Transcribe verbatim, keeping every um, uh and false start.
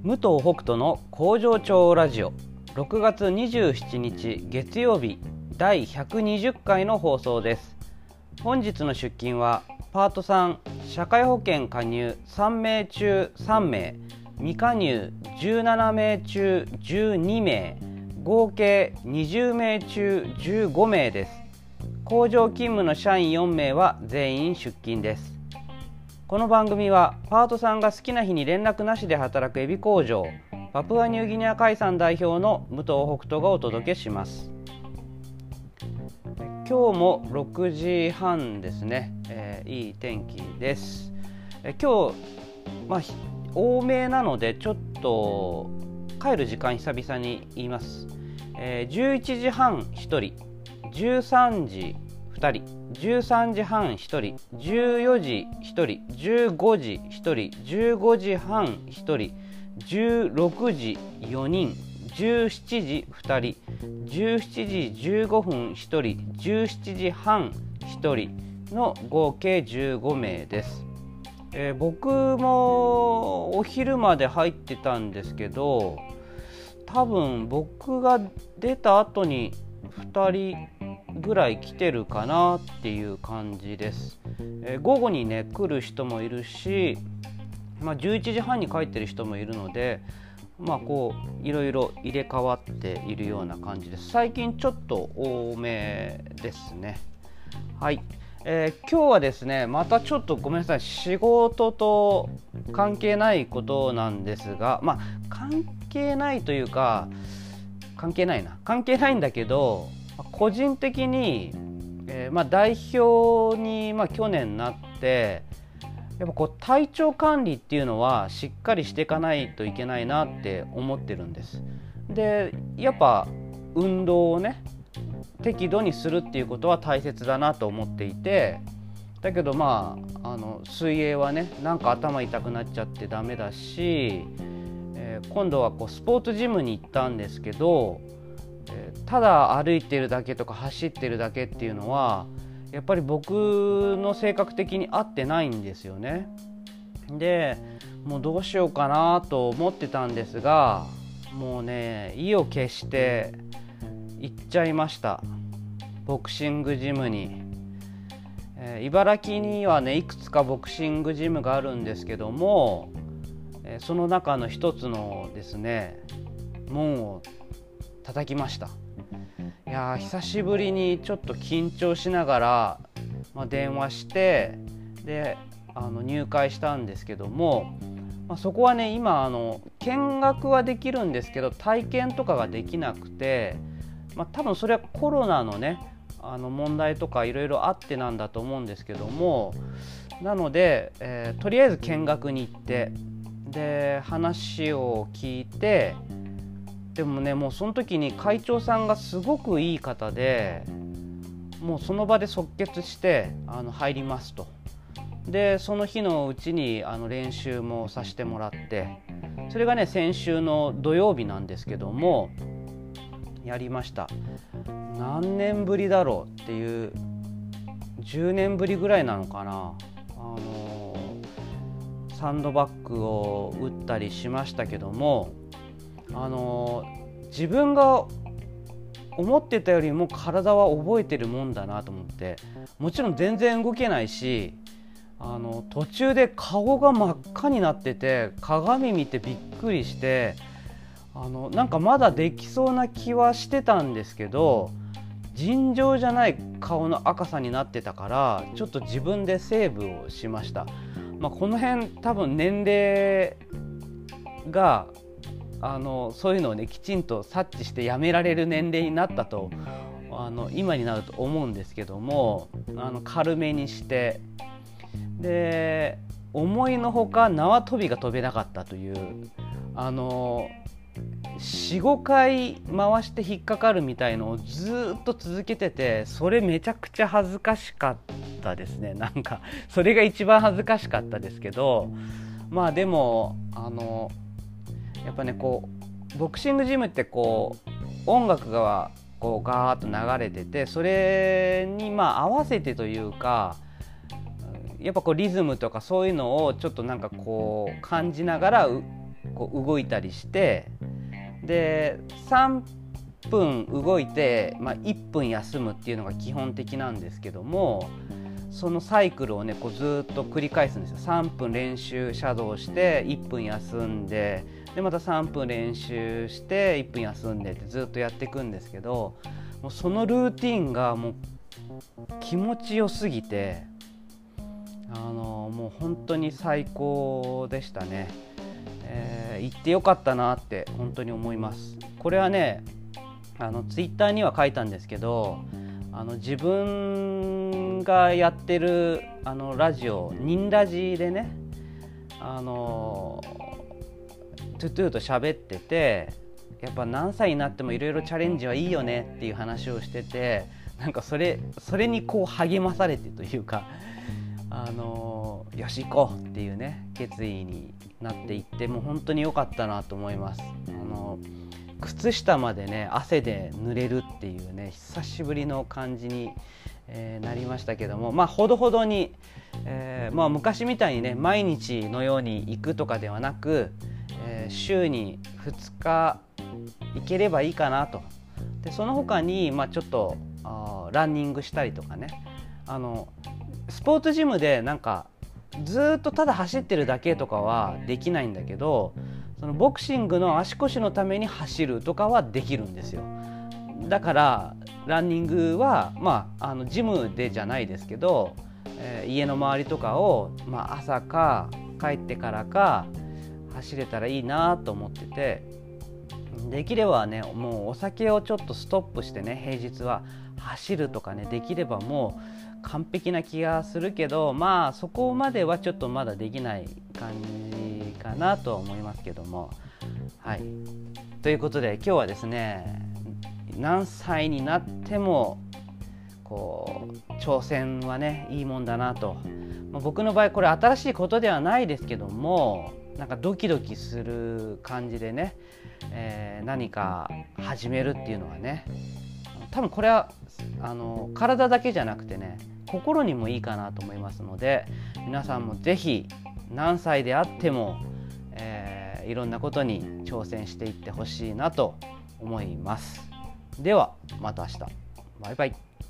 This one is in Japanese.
武藤北斗の工場長ラジオ、ろくがつにじゅうしちにち月曜日だいひゃくにじゅっかいの放送です。本日の出勤はパートさん、社会保険加入さんめい中さんめい、未加入じゅうななめい中じゅうにめい、合計にじゅうめい中じゅうごめいです。工場勤務の社員よんめいは全員出勤です。この番組はパートさんが好きな日に連絡なしで働くエビ工場、パプアニューギニア海産代表の武藤北斗がお届けします。今日もろくじはんですね、えー、いい天気です。え今日、まあ、多めなのでちょっと帰る時間久々に言います。えー、じゅういちじはんひとり、じゅうさんじふたり、じゅうさんじはんひとり、じゅうよじひとり、じゅうごじひとり、じゅうごじはんひとり、じゅうろくじよにん、じゅうしちじふたり、じゅうしちじじゅうごふんひとり、じゅうしちじはんひとりの合計じゅうごめいです。えー、僕もお昼まで入ってたんですけど、多分僕が出た後にふたりぐらい来てるかなっていう感じです。えー、午後にね来る人もいるし、まあ、じゅういちじはんに帰ってる人もいるので、まあこういろいろ入れ替わっているような感じです。最近ちょっと多めですね。はい、えー、今日はですねまたちょっとごめんなさい、仕事と関係ないことなんですが、まあ関係ないというか関係ないな関係ないんだけど、個人的に、えーまあ、代表に、まあ、去年なって、やっぱこう体調管理っていうのはしっかりしていかないといけないなって思ってるんです。で、やっぱ運動をね適度にするっていうことは大切だなと思っていて、だけどまあ、あの水泳はねなんか頭痛くなっちゃってダメだし、えー、今度はこうスポーツジムに行ったんですけど、ただ歩いてるだけとか走ってるだけっていうのはやっぱり僕の性格的に合ってないんですよね。でもうどうしようかなと思ってたんですが、もうね意を決して行っちゃいました、ボクシングジムに。えー、茨城にはねいくつかボクシングジムがあるんですけども、えー、その中の一つのですね門を叩きました。いや久しぶりにちょっと緊張しながら、まあ、電話してであの入会したんですけども、まあ、そこはね今あの見学はできるんですけど体験とかができなくて、まあ、多分それはコロナのねあの問題とかいろいろあってなんだと思うんですけども、なので、えー、とりあえず見学に行ってで話を聞いて、でもねもうその時に会長さんがすごくいい方で、もうその場で即決してあの入りますと。でその日のうちにあの練習もさせてもらって、それがね先週の土曜日なんですけどもやりました。何年ぶりだろうっていう、じゅうねんぶりぐらいなのかな。あのサンドバッグを打ったりしましたけども、あの自分が思ってたよりも体は覚えてるもんだなと思って、もちろん全然動けないし、あの途中で顔が真っ赤になってて鏡見てびっくりして、あのなんかまだできそうな気はしてたんですけど、尋常じゃない顔の赤さになってたからちょっと自分でセーブをしました。まあ、この辺多分年齢があのそういうのをねきちんと察知してやめられる年齢になったとあの今になると思うんですけども、あの軽めにして、で思いのほか縄跳びが飛べなかったという、あの よん,ご 回回して引っかかるみたいのをずっと続けてて、それめちゃくちゃ恥ずかしかったですね。なんかそれが一番恥ずかしかったですけど、まあでもあのやっぱねこうボクシングジムってこう音楽がこうガーッと流れてて、それにまあ合わせてというか、やっぱこうリズムとかそういうのをちょっとなんかこう感じながらこう動いたりして、でさんぷん動いて、まあ、いっぷん休むっていうのが基本的なんですけども、そのサイクルをねこうずっと繰り返すんですよ。さんぷん練習シャドウしていっぷん休んで、でまたさんぷん練習していっぷん休んでってずっとやっていくんですけど、もうそのルーティンがもう気持ちよすぎて、あのもう本当に最高でしたね。えー、行ってよかったなって本当に思います。これはね、あのツイッターには書いたんですけど、あの自分がやってるあのラジオニンラジでね、あのトゥトゥと喋ってて、やっぱ何歳になってもいろいろチャレンジはいいよねっていう話をしてて、なんかそれそれにこう励まされてというか、あのよし行こうっていうね決意になっていって、もう本当に良かったなと思います。あの靴下までね汗で濡れるっていうね久しぶりの感じに、えー、なりましたけども、まあほどほどに、えーまあ、昔みたいにね毎日のように行くとかではなく、えー、週にふつか行ければいいかなと。でその他に、まあ、ちょっとあランニングしたりとかね、あのスポーツジムでなんかずっとただ走ってるだけとかはできないんだけど、そのボクシングの足腰のために走るとかはできるんですよ。だからランニングは、まあ、あのジムでじゃないですけど、えー、家の周りとかを、まあ、朝か帰ってからか走れたらいいなと思ってて、できればねもうお酒をちょっとストップしてね平日は走るとかねできればもう完璧な気がするけど、まあそこまではちょっとまだできない感じかなとは思いますけども、はい。ということで今日はですね、何歳になってもこう挑戦はねいいもんだなと、まあ、僕の場合これ新しいことではないですけども、なんかドキドキする感じでね、えー、何か始めるっていうのはね、多分これはあの体だけじゃなくてね心にもいいかなと思いますので、皆さんもぜひ何歳であっても、えー、いろんなことに挑戦していってほしいなと思います。ではまた明日、バイバイ。